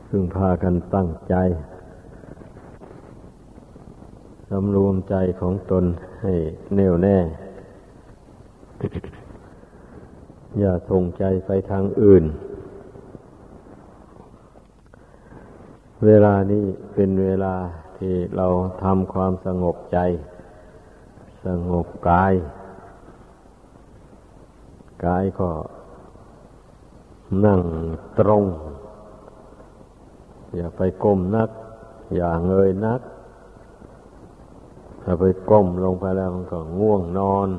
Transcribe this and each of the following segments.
พึงพากันตั้งใจสำรวมใจของตนให้แน่วแน่ อย่าส่งใจไปทางอื่นเวลานี้เป็นเวลาที่เราทำความสงบใจสงบกายก็นั่งตรงอย่าไปก้มนักอย่าเงยนักถ้าไปก้มลงไปแล้วมันก็ง่วงนอน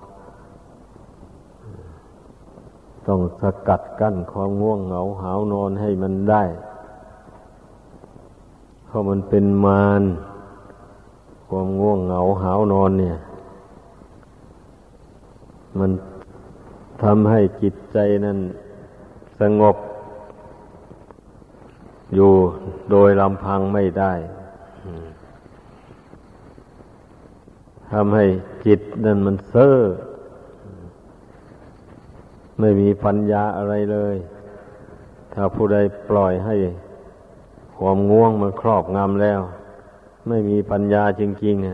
ต้องสกัดกั้นความง่วงเหงาหาวนอนให้มันได้เพราะมันเป็นมารความง่วงเหงาหาวนอนเนี่ยมันทำให้จิตใจนั้นสงบอยู่โดยลำพังไม่ได้ทำให้จิตนั้นมันเซ่อไม่มีปัญญาอะไรเลยถ้าผู้ใดปล่อยให้ความง่วงมันครอบงำแล้วไม่มีปัญญาจริงๆ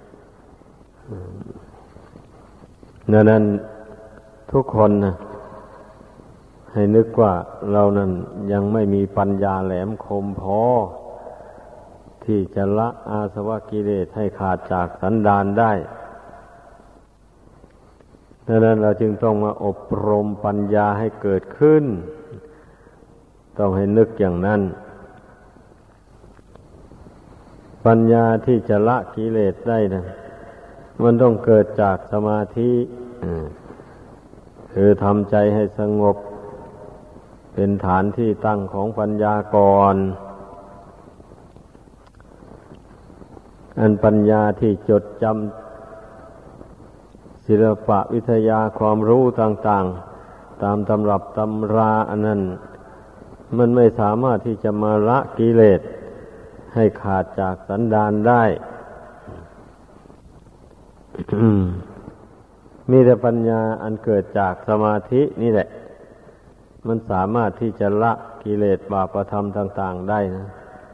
ดังนั้นทุกคนนะให้นึกว่าเรานั้นยังไม่มีปัญญาแหลมคมพอที่จะละอาสวะกิเลสให้ขาดจากสันดานได้ดังนั้นเราจึงต้องมาอบรมปัญญาให้เกิดขึ้นต้องให้นึกอย่างนั้นปัญญาที่จะละกิเลสได้นะมันต้องเกิดจากสมาธิคือทำใจให้สงบเป็นฐานที่ตั้งของปัญญาก่อนอันปัญญาที่จดจำศิลปะวิทยาความรู้ต่างๆตามตำรับตำราอันนั้นมันไม่สามารถที่จะมาละกิเลสให้ขาดจากสันดานได้ มีแต่ปัญญาอันเกิดจากสมาธินี่แหละมันสามารถที่จะละกิเลสบาปธรรมต่างๆได้นะ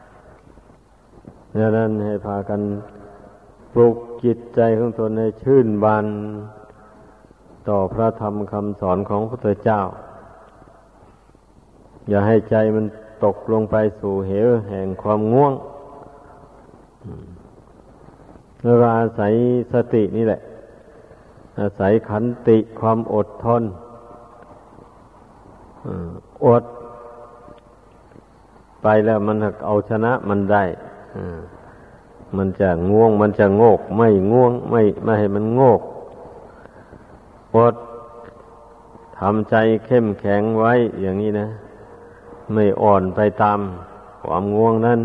ดังนั้นให้พากันปลุกจิตใจของตนให้ชื่นบานต่อพระธรรมคำสอนของพระพุทธเจ้าอย่าให้ใจมันตกลงไปสู่เหวแห่งความง่วงแล้วอาศัยสตินี่แหละอาศัยขันติความอดทนอดไปแล้วมันเอาชนะมันได้มันจะง่วงมันจะโงกไม่ง่วงไม่ให้มันโงกอดทำใจเข้มแข็งไว้อย่างนี้นะไม่อ่อนไปตามความง่วงนั้น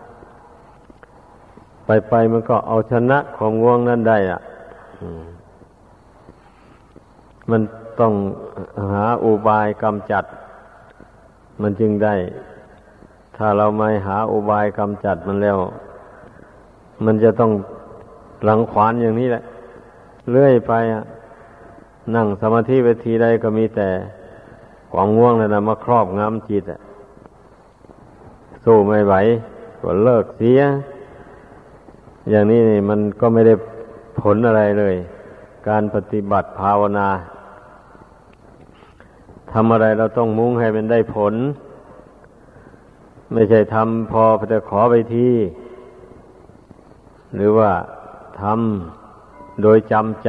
ไปมันก็เอาชนะความง่วงนั้นได้อ่ะมันต้องหาอุบายกำจัดมันจึงได้ถ้าเราไม่หาอุบายกำจัดมันแล้วมันจะต้องหลังขวานอย่างนี้แหละเรื่อยไปอ่ะนั่งสมาธิเวทีใดก็มีแต่ความง่วงนั่นนะมาครอบงำจิตอ่ะสู้ไม่ไหวก็เลิกเสียอย่างนี้นี่มันก็ไม่ได้ผลอะไรเลยการปฏิบัติภาวนาทำอะไรเราต้องมุ่งให้มันได้ผลไม่ใช่ทำพอจะขอไปทีหรือว่าทำโดยจำใจ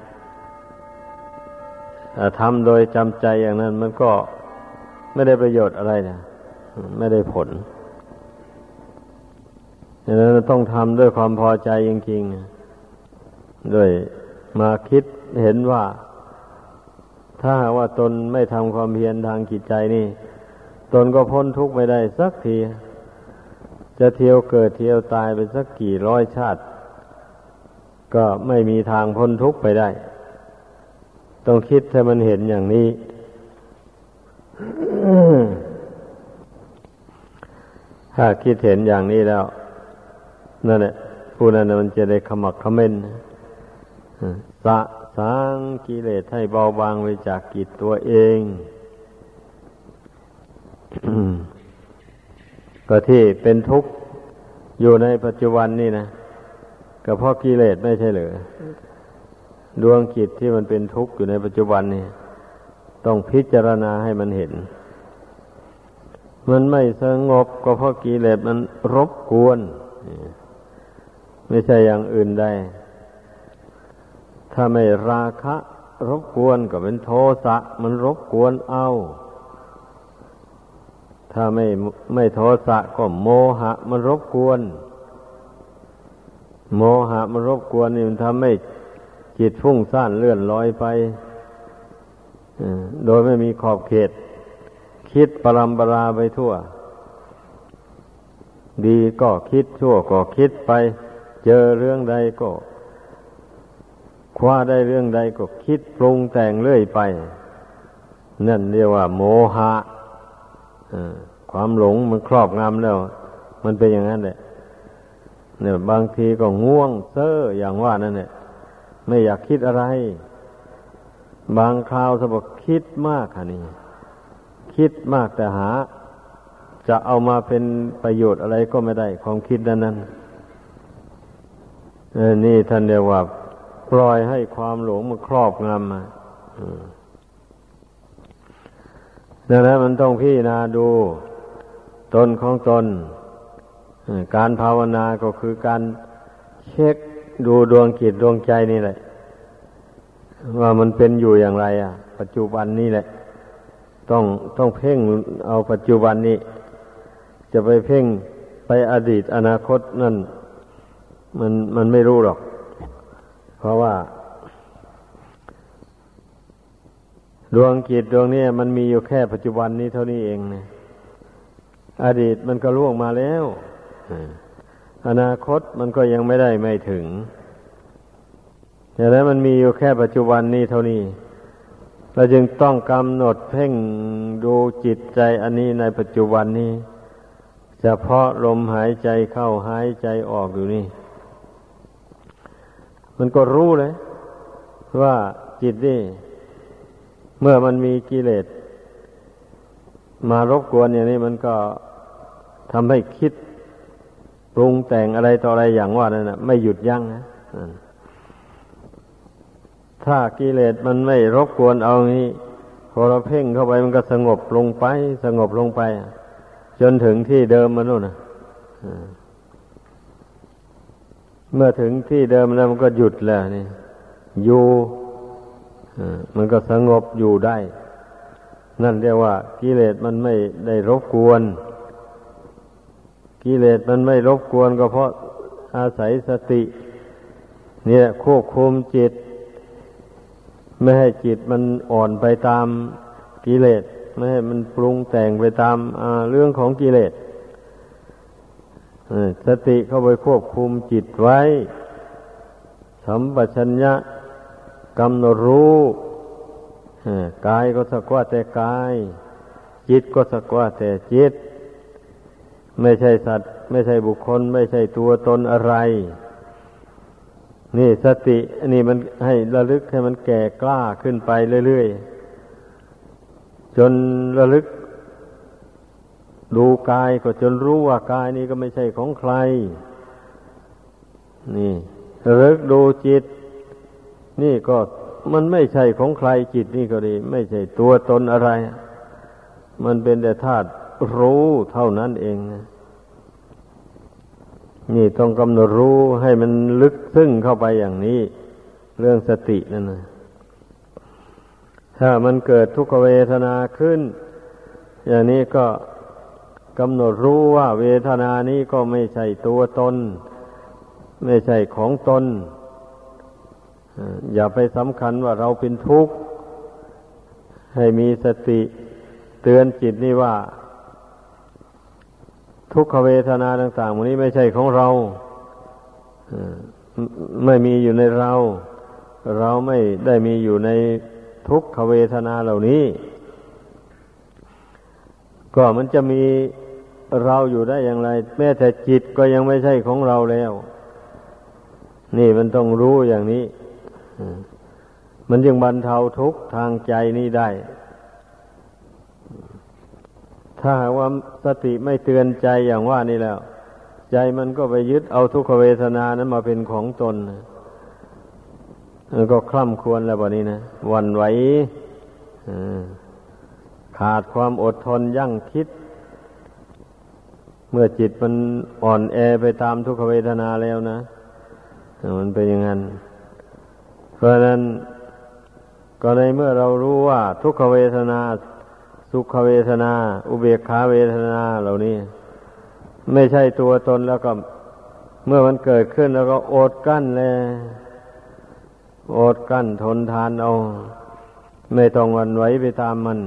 ทำโดยจำใจอย่างนั้นมันก็ไม่ได้ประโยชน์อะไรนะไม่ได้ผลดังนั้นต้องทำด้วยความพอใจจริงๆด้วยมาคิดเห็นว่าถ้าหากว่าตนไม่ทำความเพียรทางจิตใจนี่ตนก็พ้นทุกข์ไม่ได้สักทีจะเที่ยวเกิดเที่ยวตายไปสักกี่ร้อยชาติก็ไม่มีทางพ้นทุกข์ไปได้ต้องคิดให้มันเห็นอย่างนี้ ถ้าคิดเห็นอย่างนี้แล้วนั่นแหละผู้นั้นมันจะได้ขมักเขม้นสะสางกิเลสให้เบาบางไปจากกิจตัวเองก็ที่เป็นทุกข์อยู่ในปัจจุบันนี่นะก็เพราะกิเลสไม่ใช่เหรือดวงจิตที่มันเป็นทุกข์อยู่ในปัจจุบันนี่ต้องพิจารณาให้มันเห็นมันไม่สงบก็เพราะกิเลสมันรบกวนไม่ใช่อย่างอื่นใดถ้าไม่ราคะรบกวนก็เป็นโทสะมันรบกวนเอาถ้าไม่โทสะก็โมหะมันรบกวนโมหะมันรบกวนนี่มันทำให้จิตฟุ้งซ่านเลื่อนลอยไปโดยไม่มีขอบเขตคิดปรัมปราไปทั่วดีก็คิดชั่วก็คิดไปเจอเรื่องใดก็คว้าได้เรื่องใดก็คิดปรุงแต่งเรื่อยไปนั่นเรียกว่าโมหะความหลงมันครอบงำแล้วมันเป็นอย่างนั้นแหละเนี่ยบางทีก็ง่วงเซ้ออย่างว่านั่นแหละไม่อยากคิดอะไรบางคราวสมบคิดมากค่ะนี่คิดมากแต่หาจะเอามาเป็นประโยชน์อะไรก็ไม่ได้ความคิดนั้นนี่ท่านเรียกว่าปล่อยให้ความหลงมันครอบงำมาดังนั้นมันต้องพิจารณาดูตนของตนการภาวนาก็คือการเช็คดูดวงจิตดวงใจนี่แหละว่ามันเป็นอยู่อย่างไรปัจจุบันนี่แหละต้องเพ่งเอาปัจจุบันนี้จะไปเพ่งไปอดีตอนาคตนั่นมันไม่รู้หรอกเพราะว่าดวงจิตดวงนี้มันมีอยู่แค่ปัจจุบันนี้เท่านี้เองนะอดีตมันก็ล่วงมาแล้วอนาคตมันก็ยังไม่ถึงแต่แล้วมันมีอยู่แค่ปัจจุบันนี้เท่านี้เราจึงต้องกำหนดเพ่งดูจิตใจอันนี้ในปัจจุบันนี้เฉพาะลมหายใจเข้าหายใจออกอยู่นี่มันก็รู้เลยว่าจิตนี่เมื่อมันมีกิเลสมารบกวนอย่างนี้มันก็ทำให้คิดปรุงแต่งอะไรต่ออะไรอย่างว่านั่นนะไม่หยุดยั้งนะถ้ากิเลสมันไม่รบกวนเอานี้พอเราเพ่งเข้าไปมันก็สงบลงไปจนถึงที่เดิมมันนู่นนะเมื่อถึงที่เดิมแล้วมันก็หยุดแล้วนี่อยู่มันก็สงบอยู่ได้นั่นเรียกว่ากิเลสมันไม่ได้รบกวนกิเลสมันไม่รบกวนก็เพราะอาศัยสติเนี่ยควบคุมจิตไม่ให้จิตมันอ่อนไปตามกิเลสไม่ให้มันปรุงแต่งไปตามเรื่องของกิเลสสติเข้าไปควบคุมจิตไว้สัมปชัญญะกำหนดรู้กายก็สักว่าแต่กายจิตก็สักว่าแต่จิตไม่ใช่สัตว์ไม่ใช่บุคคลไม่ใช่ตัวตนอะไรนี่สติอันนี้มันให้ระลึกให้มันแก่กล้าขึ้นไปเรื่อยๆจนระลึกดูกายก็จนรู้ว่ากายนี้ก็ไม่ใช่ของใครนี่ระลึกดูจิตนี่ก็มันไม่ใช่ของใครจิตนี่ก็ดีไม่ใช่ตัวตนอะไรมันเป็นแต่ธาตุรู้เท่านั้นเองนะนี่ต้องกำหนดรู้ให้มันลึกซึ้งเข้าไปอย่างนี้เรื่องสตินั่นนะถ้ามันเกิดทุกขเวทนาขึ้นอย่างนี้ก็กำหนดรู้ว่าเวทนานี้ก็ไม่ใช่ตัวตนไม่ใช่ของตนอย่าไปสำคัญว่าเราเป็นทุกข์ให้มีสติเตือนจิตนี่ว่าทุกขเวทนาต่างๆหมดนี้ไม่ใช่ของเราไม่มีอยู่ในเราไม่ได้มีอยู่ในทุกขเวทนาเหล่านี้ก็มันจะมีเราอยู่ได้อย่างไรแม้แต่จิตก็ยังไม่ใช่ของเราแล้วนี่มันต้องรู้อย่างนี้มันจึงบรรเทาทุกข์ทางใจนี้ได้ถ้าหากว่าสติไม่เตือนใจอย่างว่านี่แล้วใจมันก็ไปยึดเอาทุกขเวทนานั้นมาเป็นของตนมันก็คล่ำครวญแล้วบัดนี้นะหวั่นไหวขาดความอดทนยั้งคิดเมื่อจิตมันอ่อนแอไปตามทุกขเวทนาแล้วนะมันเป็นอย่างนั้นเพราะฉะนั้นก็ในเมื่อเรารู้ว่าทุกขเวทนาสุขเวทนาอุเบกขาเวทนาเหล่านี้ไม่ใช่ตัวตนแล้วก็เมื่อมันเกิดขึ้นแล้วก็อดกั้นเลยอดกั้นทนทานเอาไม่ต้องหวั่นไหวไปตามมัน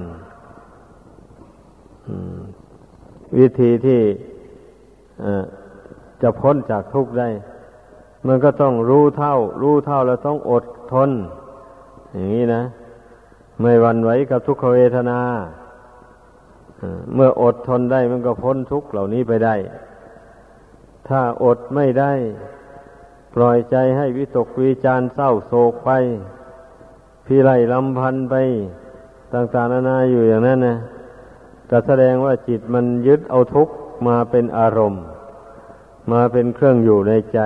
วิธีที่จะพ้นจากทุกข์ได้มันก็ต้องรู้เท่าแล้วต้องอดทนอย่างนี้นะไม่หวั่นไหวกับทุกขเวทนาเมื่ออดทนได้มันก็พ้นทุกข์เหล่านี้ไปได้ถ้าอดไม่ได้ปล่อยใจให้วิตกวิจารเศร้าโศกไปพิไรลำพันไปต่างๆนานาอยู่อย่างนั้นนะก็แสดงว่าจิตมันยึดเอาทุกข์มาเป็นอารมณ์มาเป็นเครื่องอยู่ในใจ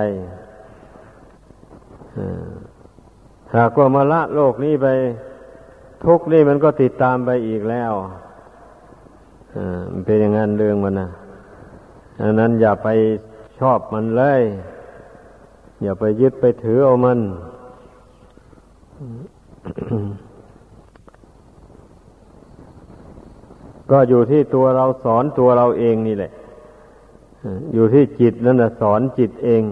หากว่ามาละโลกนี้ไปทุกข์นี่มันก็ติดตามไปอีกแล้วมันเป็นอย่างนั้นเรื่องมันนะอันนั้นอย่าไปชอบมันเลยอย่าไปยึดไปถือเอามัน ก็อยู่ที่ตัวเราสอนตัวเราเองนี่แหละอยู่ที่จิตนั่นน่ะสอนจิตเอง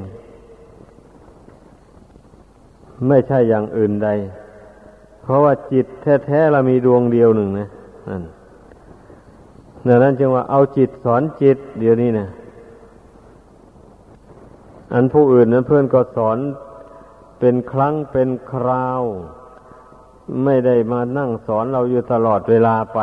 ไม่ใช่อย่างอื่นใดเพราะว่าจิตแท้ๆเรามีดวงเดียวหนึ่งนะนั่นดังนั้นจึงว่าเอาจิตสอนจิตเดี๋ยวนี้นะอันผู้อื่นนั้นเพื่อนก็สอนเป็นครั้งเป็นคราวไม่ได้มานั่งสอนเราอยู่ตลอดเวลาไป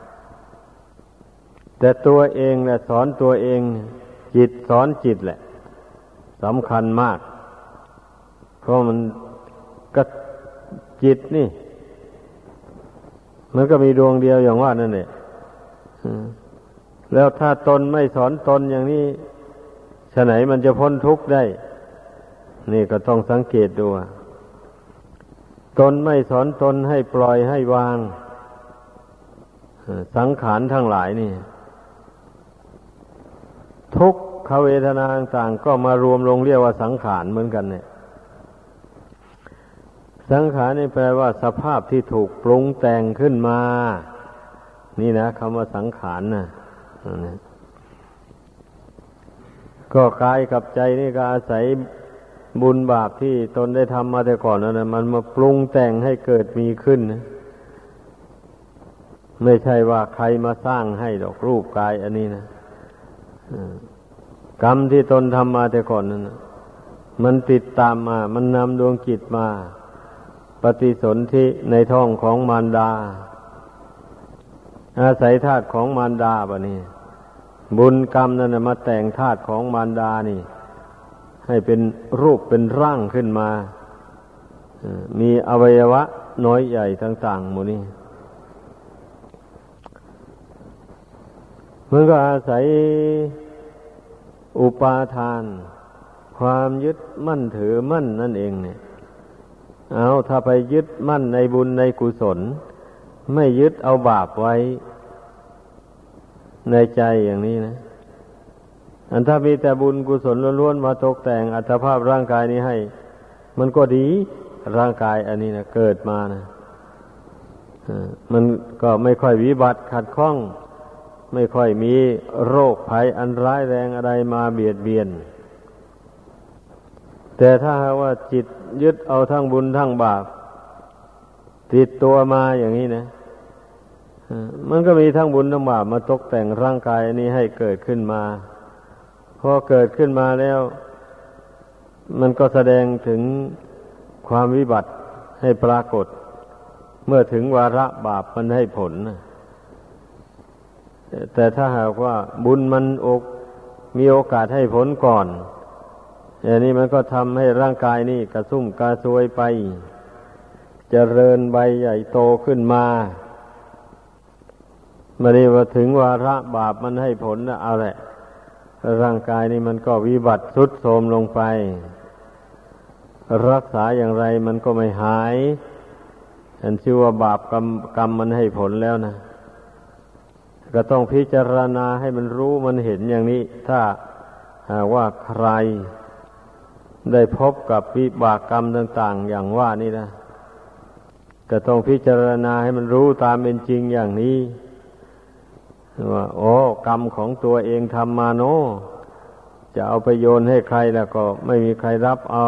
แต่ตัวเองแหละสอนตัวเองจิตสอนจิตแหละสำคัญมากเพราะมันก็จิตนี่มันก็มีดวงเดียวอย่างว่านั่นแหละแล้วถ้าตนไม่สอนตนอย่างนี้ฉะไหนมันจะพ้นทุกข์ได้นี่ก็ต้องสังเกตดูตนไม่สอนตนให้ปล่อยให้วางสังขารทั้งหลายนี่ทุกขเวทนาต่างๆก็มารวมลงเรียกว่าสังขารเหมือนกันเนี่ยสังขารนี่แปลว่าสภาพที่ถูกปรุงแต่งขึ้นมานี่นะคำว่าสังขารนะก็กายกับใจนี่ก็อาศัยบุญบาปที่ตนได้ทำมาแต่ก่อนนั่นนะมันมาปรุงแต่งให้เกิดมีขึ้นนะไม่ใช่ว่าใครมาสร้างให้ดอกรูปกายอันนี้นะกรรมที่ตนทำมาแต่ก่อนนั่นนะมันติดตามมามันนำดวงจิตมาปฏิสนธิในท้องของมารดาอาศัยธาตุของมารดาบะนี่บุญกรรมนั่นนะมาแต่งธาตุของมารดานี่ให้เป็นรูปเป็นร่างขึ้นมามีอวัยวะน้อยใหญ่ต่างๆหมดนี่มันก็อาศัยอุปาทานความยึดมั่นถือมั่นนั่นเองเนี่ยเอาถ้าไปยึดมั่นในบุญในกุศลไม่ยึดเอาบาปไว้ในใจอย่างนี้นะอันถ้ามีแต่บุญกุศลล้วนๆมาตกแต่งอัตภาพร่างกายนี้ให้มันก็ดีร่างกายอันนี้นะเกิดมานะมันก็ไม่ค่อยวิบัติขัดข้องไม่ค่อยมีโรคภัยอันร้ายแรงอะไรมาเบียดเบียนแต่ถ้าหากว่าจิตยึดเอาทั้งบุญทั้งบาปติดตัวมาอย่างนี้นะมันก็มีทั้งบุญทั้งบาปมาตกแต่งร่างกายอันนี้ให้เกิดขึ้นมาพอเกิดขึ้นมาแล้วมันก็แสดงถึงความวิบัติให้ปรากฏเมื่อถึงวาระบาปมันให้ผลแต่ถ้าหากว่าบุญมันมีโอกาสให้ผลก่อนอย่างนี้มันก็ทำให้ร่างกายนี่กระซุ่มกระซวยไปเจริญใบใหญ่โตขึ้นมามาดีว่าถึงวาระบาปมันให้ผลนะเอาแหละร่างกายนี่มันก็วิบัติทรุดโทรมลงไปรักษาอย่างไรมันก็ไม่หายอันชื่อว่าบาปกรรมมันให้ผลแล้วนะก็ต้องพิจารณาให้มันรู้มันเห็นอย่างนี้ถ้าหากว่าใครได้พบกับวิบากกรรมต่างๆอย่างว่านี่นะก็ต้องพิจารณาให้มันรู้ตามเป็นจริงอย่างนี้ว่าโอ้กรรมของตัวเองทำมาโนจะเอาไปโยนให้ใครแล้วก็ไม่มีใครรับเอา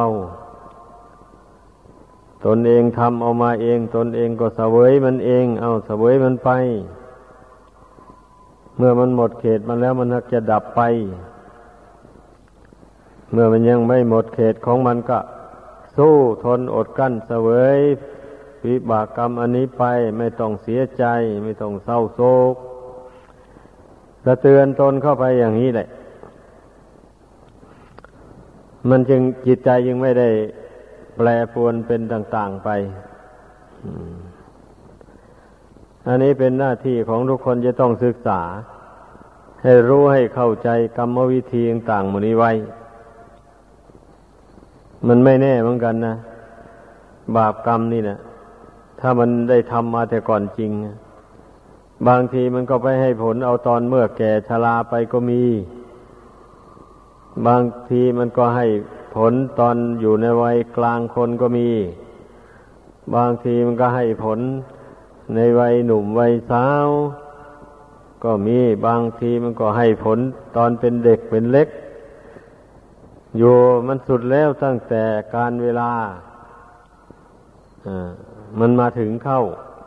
ตนเองทำเอามาเองตนเองก็เสวยมันเองเอาเสวยมันไปเมื่อมันหมดเขตมันแล้วมันจะดับไปเมื่อมันยังไม่หมดเขตของมันก็สู้ทนอดกลั้นเสวยวิบากกรรมอันนี้ไปไม่ต้องเสียใจไม่ต้องเศร้าโศกกระเตือนตนเข้าไปอย่างนี้แหละมันจึงจิตใจยังไม่ได้แปรปรวนเป็นต่างๆไปอันนี้เป็นหน้าที่ของทุกคนจะต้องศึกษาให้รู้ให้เข้าใจกรรมวิธีต่างๆหมดนี้ไว้มันไม่แน่เหมือนกันนะบาปกรรมนี่นะถ้ามันได้ทำมาแต่ก่อนจริงบางทีมันก็ไปให้ผลเอาตอนเมื่อแก่ชราไปก็มีบางทีมันก็ให้ผลตอนอยู่ในวัยกลางคนก็มีบางทีมันก็ให้ผลในวัยหนุ่มวัยสาวก็มีบางทีมันก็ให้ผลตอนเป็นเด็กเป็นเล็กอยู่มันสุดแล้วตั้งแต่การเวลามันมาถึงเข้า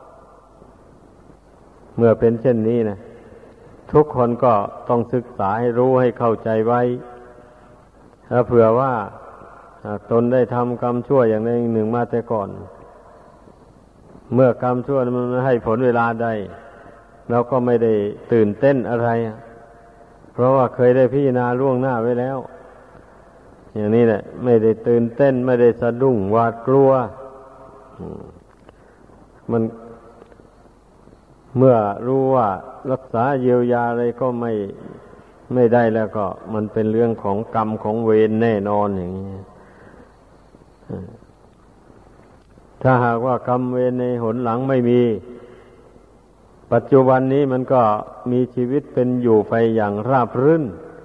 เมื่อเป็นเช่นนี้นะทุกคนก็ต้องศึกษาให้รู้ให้เข้าใจไว้ถ้าเผื่อว่าตนได้ทำกรรมชั่วอย่างใดอย่างหนึ่งมาแต่ก่อนเมื่อกรรมชั่วมันให้ผลเวลาใดเราก็ไม่ได้ตื่นเต้นอะไรเพราะว่าเคยได้พิจารณาล่วงหน้าไว้แล้วอย่างนี้แหละไม่ได้ตื่นเต้นไม่ได้สะดุ้งหวาดกลัวมันเมื่อรู้ว่ารักษาเยียวยาอะไรก็ไม่ได้แล้วก็มันเป็นเรื่องของกรรมของเวรแน่นอนอย่างนี้ถ้าหากว่ากรรมเวรในหนหลังไม่มีปัจจุบันนี้มันก็มีชีวิตเป็นอยู่ไปอย่างราบรื่น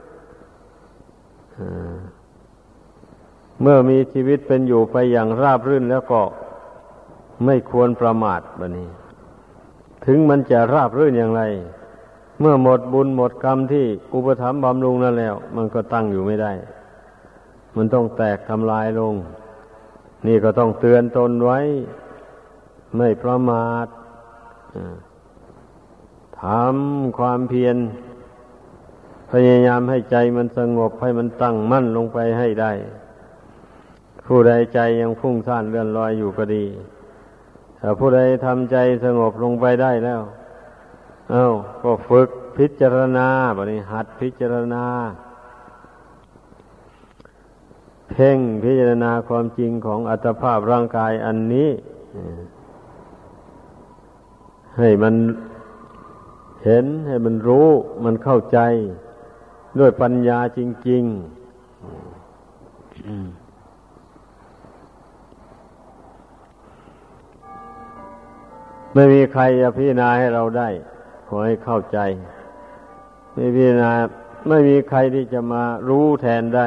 เมื่อมีชีวิตเป็นอยู่ไปอย่างราบรื่นแล้วก็ไม่ควรประมาทบัดนี้ถึงมันจะราบรื่นอย่างไรเมื่อหมดบุญหมดกรรมที่อุปถัมภ์บำรุงนั่นแล้วมันก็ตั้งอยู่ไม่ได้มันต้องแตกทำลายลงนี่ก็ต้องเตือนตนไว้ไม่ประมาททำความเพียรพยายามให้ใจมันสงบให้มันตั้งมั่นลงไปให้ได้ผู้ใดใจยังฟุ้งซ่านเลื่อนลอยอยู่ก็ดีถ้าผู้ใดทำใจสงบลงไปได้แล้วก็ฝึกพิจารณาบัดนี้หัดพิจารณาเพ่งพิจารณาความจริงของอัตภาพร่างกายอันนี้ให้มันเห็นให้มันรู้มันเข้าใจด้วยปัญญาจริงๆไม่มีใครจะพิจารณาให้เราได้ขอให้เข้าใจไม่พิจารณาไม่มีใครที่จะมารู้แทนได้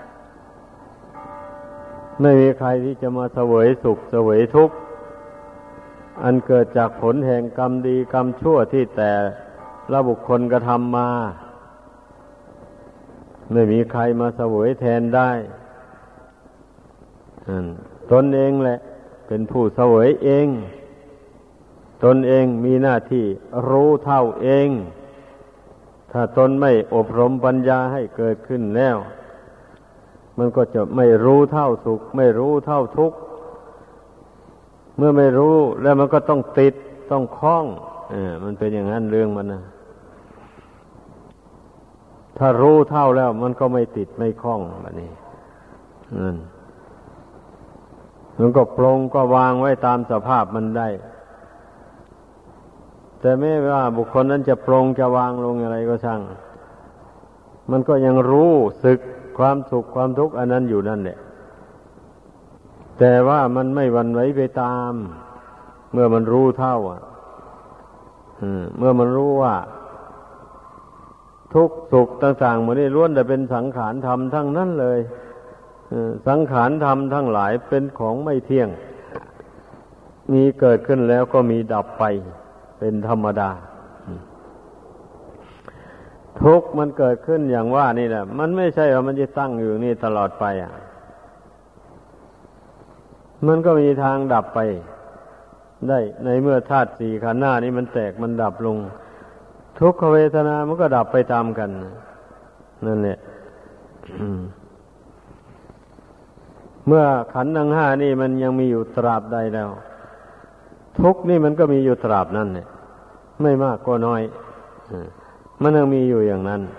ไม่มีใครที่จะมาเสวยสุขเสวยทุกข์อันเกิดจากผลแห่งกรรมดีกรรมชั่วที่แต่ละบุคคลกระทำมาไม่มีใครมาเสวยแทนได้ตนเองแหละเป็นผู้เสวยเองตนเองมีหน้าที่รู้เท่าเองถ้าตนไม่อบรมปัญญาให้เกิดขึ้นแล้วมันก็จะไม่รู้เท่าสุขไม่รู้เท่าทุกข์เมื่อไม่รู้แล้วมันก็ต้องติดต้องคล้องมันเป็นอย่างนั้นเรื่องมันนะถ้ารู้เท่าแล้วมันก็ไม่ติดไม่คล้องแบบนี้มันก็ปรงก็วางไว้ตามสภาพมันได้แต่ไม่ว่าบุคคลนั้นจะปรงจะวางลงอะไรก็ช่างมันก็ยังรู้สึกความสุขความทุกข์อันนั้นอยู่นั่นแหละแต่ว่ามันไม่หวั่นไหวไปตามเมื่อมันรู้เท่าเมื่อมันรู้ว่าทุกข์สุขต่างๆหมดนี้ล้วนแต่เป็นสังขารธรรมทั้งนั้นเลยสังขารธรรมทั้งหลายเป็นของไม่เที่ยงมีเกิดขึ้นแล้วก็มีดับไปเป็นธรรมดาทุกข์มันเกิดขึ้นอย่างว่านี่แหละมันไม่ใช่ว่ามันจะตั้งอยู่นี่ตลอดไปมันก็มีทางดับไปได้ในเมื่อธาตุสี่ขันธ์หน้านี้มันแตกมันดับลงทุกขเวทนามันก็ดับไปตามกันนั่นแหละเมื่อขันธ์ทั้งห้านี่มันยังมีอยู่ตราบใดแล้วทุกข์นี่มันก็มีอยู่ตราบนั้นเนี่ยไม่มากก็น้อยมันยังมีอยู่อย่างนั้น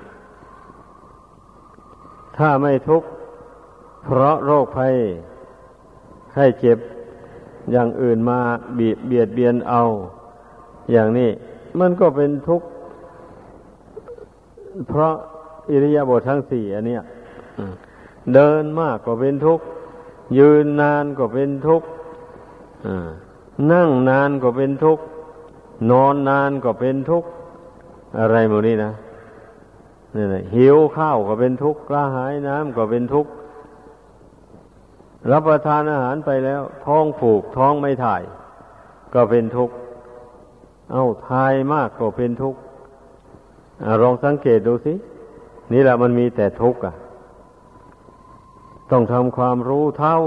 ถ้าไม่ทุกข์เพราะโรคภัยไข้เจ็บอย่างอื่นมาเบียดเบียนเอาอย่างนี้มันก็เป็นทุกข์เพราะอิริยาบถทั้งสี่อันเนี้ยเดินมากก็เป็นทุกข์ยืนนานก็เป็นทุกข์นั่งนานก็เป็นทุกข์นอนนานก็เป็นทุกข์อะไรหมดนี้นะนี่แหละหิวข้าวก็เป็นทุกข์กระหายน้ำก็เป็นทุกข์รับประทานอาหารไปแล้วท้องผูกท้องไม่ถ่ายก็เป็นทุกข์ถ่ายมากก็เป็นทุกข์ลองสังเกตดูสินี่แหละมันมีแต่ทุกข์ต้องทำความรู้เท่า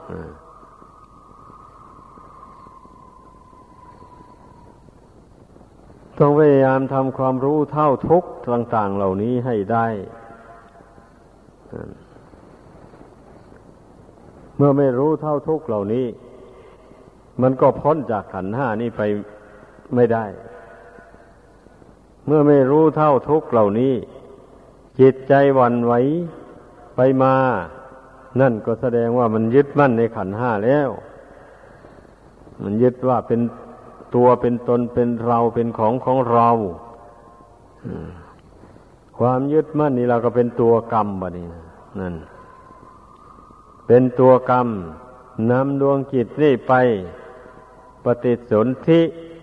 ต้องพยายามทำความรู้เท่าทุกข์ต่างๆเหล่านี้ให้ได้เมื่อไม่รู้เท่าทุกข์เหล่านี้มันก็พ้นจากขันธ์ห้านี้ไปไม่ได้เมื่อไม่รู้เท่าทุกข์เหล่านี้จิตใจหวั่นไหวไปมานั่นก็แสดงว่ามันยึดมั่นในขันธ์ห้าแล้วมันยึดว่าเป็นตัวเป็นตนเป็นเราเป็นของเราความยึดมั่นนี่เราก็เป็นตัวกรรมบัดนี้นั่นเป็นตัวกรรมนำดวงจิตนี่ไปปฏิสนธิ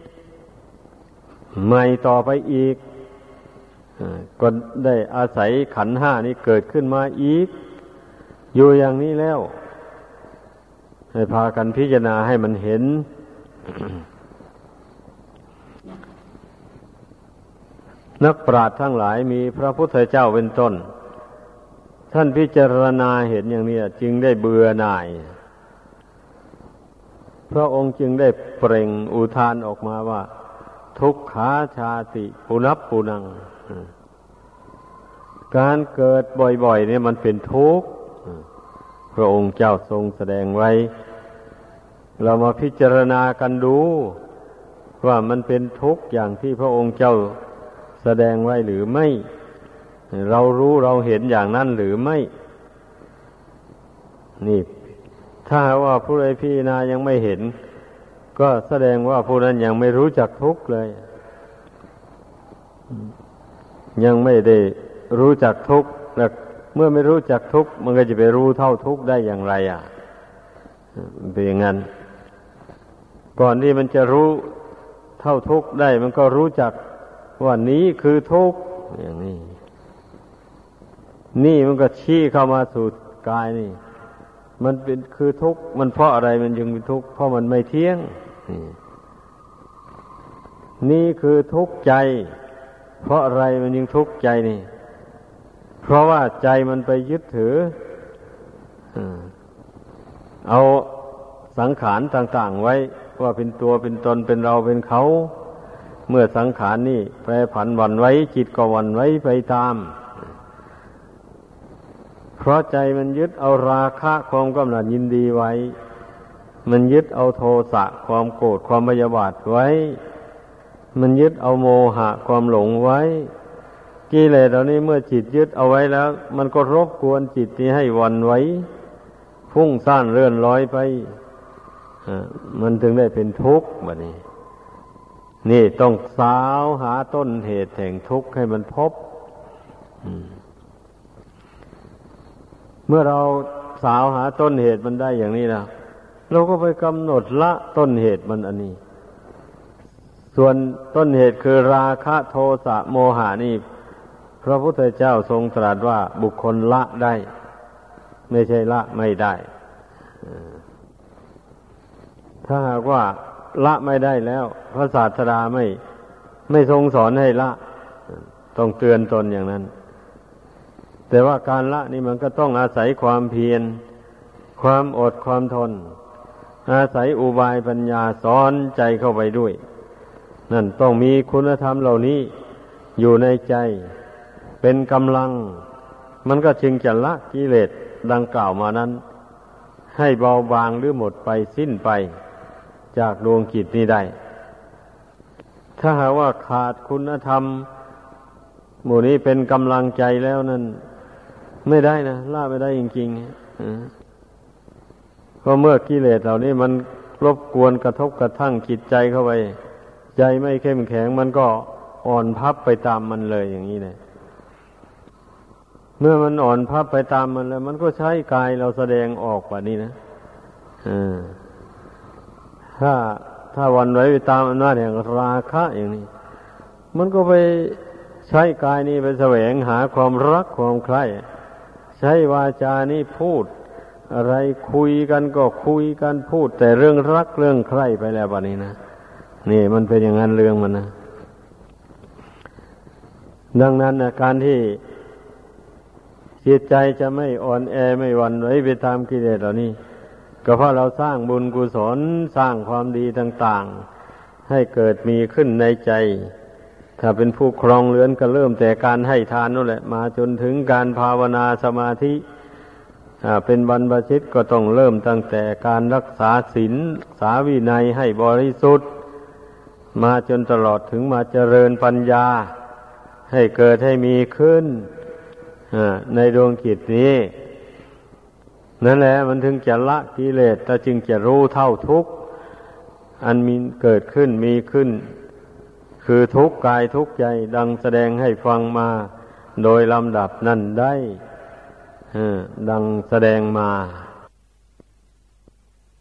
ใหม่ต่อไปอีกก็ได้อาศัยขันธ์ห้านี้เกิดขึ้นมาอีกอยู่อย่างนี้แล้วให้พากันพิจารณาให้มันเห็น นักปราชญ์ทั้งหลายมีพระพุทธเจ้าเป็นต้นท่านพิจารณาเห็นอย่างนี้จึงได้เบื่อหน่ายพระองค์จึงได้เปล่งอุทานออกมาว่าทุกขาชาติปุนับปุนังการเกิดบ่อยๆเนี่ยมันเป็นทุกข์พระองค์เจ้าทรงแสดงไว้เรามาพิจารณากันดูว่ามันเป็นทุกข์อย่างที่พระองค์เจ้าแสดงไว้หรือไม่เรารู้เราเห็นอย่างนั้นหรือไม่นี่ถ้าว่าผู้ใดพิจารณายังไม่เห็นก็แสดงว่าผู้นั้นยังไม่รู้จักทุกข์เลยยังไม่ได้รู้จักทุกข์และเมื่อไม่รู้จักทุกข์มันก็จะไปรู้เท่าทุกข์ได้อย่างไรเป็นอย่างนั้นก่อนที่มันจะรู้เท่าทุกข์ได้มันก็รู้จักว่านี้คือทุกข์อย่างนี้นี่มันก็ชี้เข้ามาสู่กายนี่มันเป็นคือทุกข์มันเพราะอะไรมันจึงเป็นทุกข์เพราะมันไม่เที่ยงนี่คือทุกข์ใจเพราะอะไรมันยังทุกข์ใจนี่เพราะว่าใจมันไปยึดถือเอาสังขารต่างๆไว้ว่าเป็นตัวเป็นตนเป็นเราเป็นเขาเมื่อสังขารนี่แปรผันหวั่นไหวจิตก็หวั่นไหวไปตามเพราะใจมันยึดเอาราคะความกำหนัดยินดีไว้มันยึดเอาโทสะความโกรธความพยาบาทไว้มันยึดเอาโมหะความหลงไว้กิเลสเหล่านี้เมื่อจิตยึดเอาไว้แล้วมันก็รบกวนจิตนี้ให้หวั่นไหวฟุ้งซ่านเลื่อนลอยไปมันถึงได้เป็นทุกข์แบบนี้นี่ต้องสาวหาต้นเหตุแห่งทุกข์ให้มันพบเมื่อเราสาวหาต้นเหตุมันได้อย่างนี้แล้วเราก็ไปกำหนดละต้นเหตุมันอันนี้ส่วนต้นเหตุคือราคะโทสะโมหะนี่พระพุทธเจ้าทรงตรัสว่าบุคคลละได้ไม่ใช่ละไม่ได้ถ้าหากว่าละไม่ได้แล้วพระศาสดาไม่ทรงสอนให้ละต้องเตือนตนอย่างนั้นแต่ว่าการละนี่มันก็ต้องอาศัยความเพียรความอดความทนอาศัยอุบายปัญญาสอนใจเข้าไปด้วยนั่นต้องมีคุณธรรมเหล่านี้อยู่ในใจเป็นกำลังมันก็จึงจะละกิเลสดังกล่าวมานั้นให้เบาบางหรือหมดไปสิ้นไปจากดวงจิตนี้ได้ถ้าหากว่าขาดคุณธรรมหมู่นี้เป็นกำลังใจแล้วนั้นไม่ได้นะละไม่ได้จริงๆเพราะเมื่อกิเลสเหล่านี้มันรบกวนกระทบกระทั่งจิตใจเข้าไปใจไม่เข้มแข็งมันก็อ่อนพับไปตามมันเลยอย่างนี้เลยเมื่อมันอ่อนพับไปตามมันแล้วมันก็ใช้กายเราแสดงออกแบบนี้นะถ้าวันไว้ไปตามอำนาจแห่งราคะอย่างนี้มันก็ไปใช้กายนี้ไปแสวงหาความรักความใคร่ใช้วาจานี้พูดอะไรคุยกันก็คุยกันพูดแต่เรื่องรักเรื่องใคร่ไปแล้วแบบนี้นะนี่มันเป็นอย่างนั้นเรื่องมันนะดังนั้นนะการที่จิตใจจะไม่อ่อนแอไม่หวั่นไหวไปตามกิเลสเหล่านี้ก็เพราะเราสร้างบุญกุศลสร้างความดีต่างๆให้เกิดมีขึ้นในใจถ้าเป็นผู้ครองเรือนก็เริ่มแต่การให้ทานนั่นแหละมาจนถึงการภาวนาสมาธิเป็นบรรพชิตก็ต้องเริ่มตั้งแต่การรักษาศีลรักษาวินัยให้บริสุทธิ์มาจนตลอดถึงมาเจริญปัญญาให้เกิดให้มีขึ้นในดวงจิตนี้นั่นแหละมันถึงจะละกิเลสแต่จึงจะรู้เท่าทุกข์อันมีเกิดขึ้นมีขึ้นคือทุกข์กายทุกข์ใจดังแสดงให้ฟังมาโดยลำดับนั่นได้ดังแสดงมา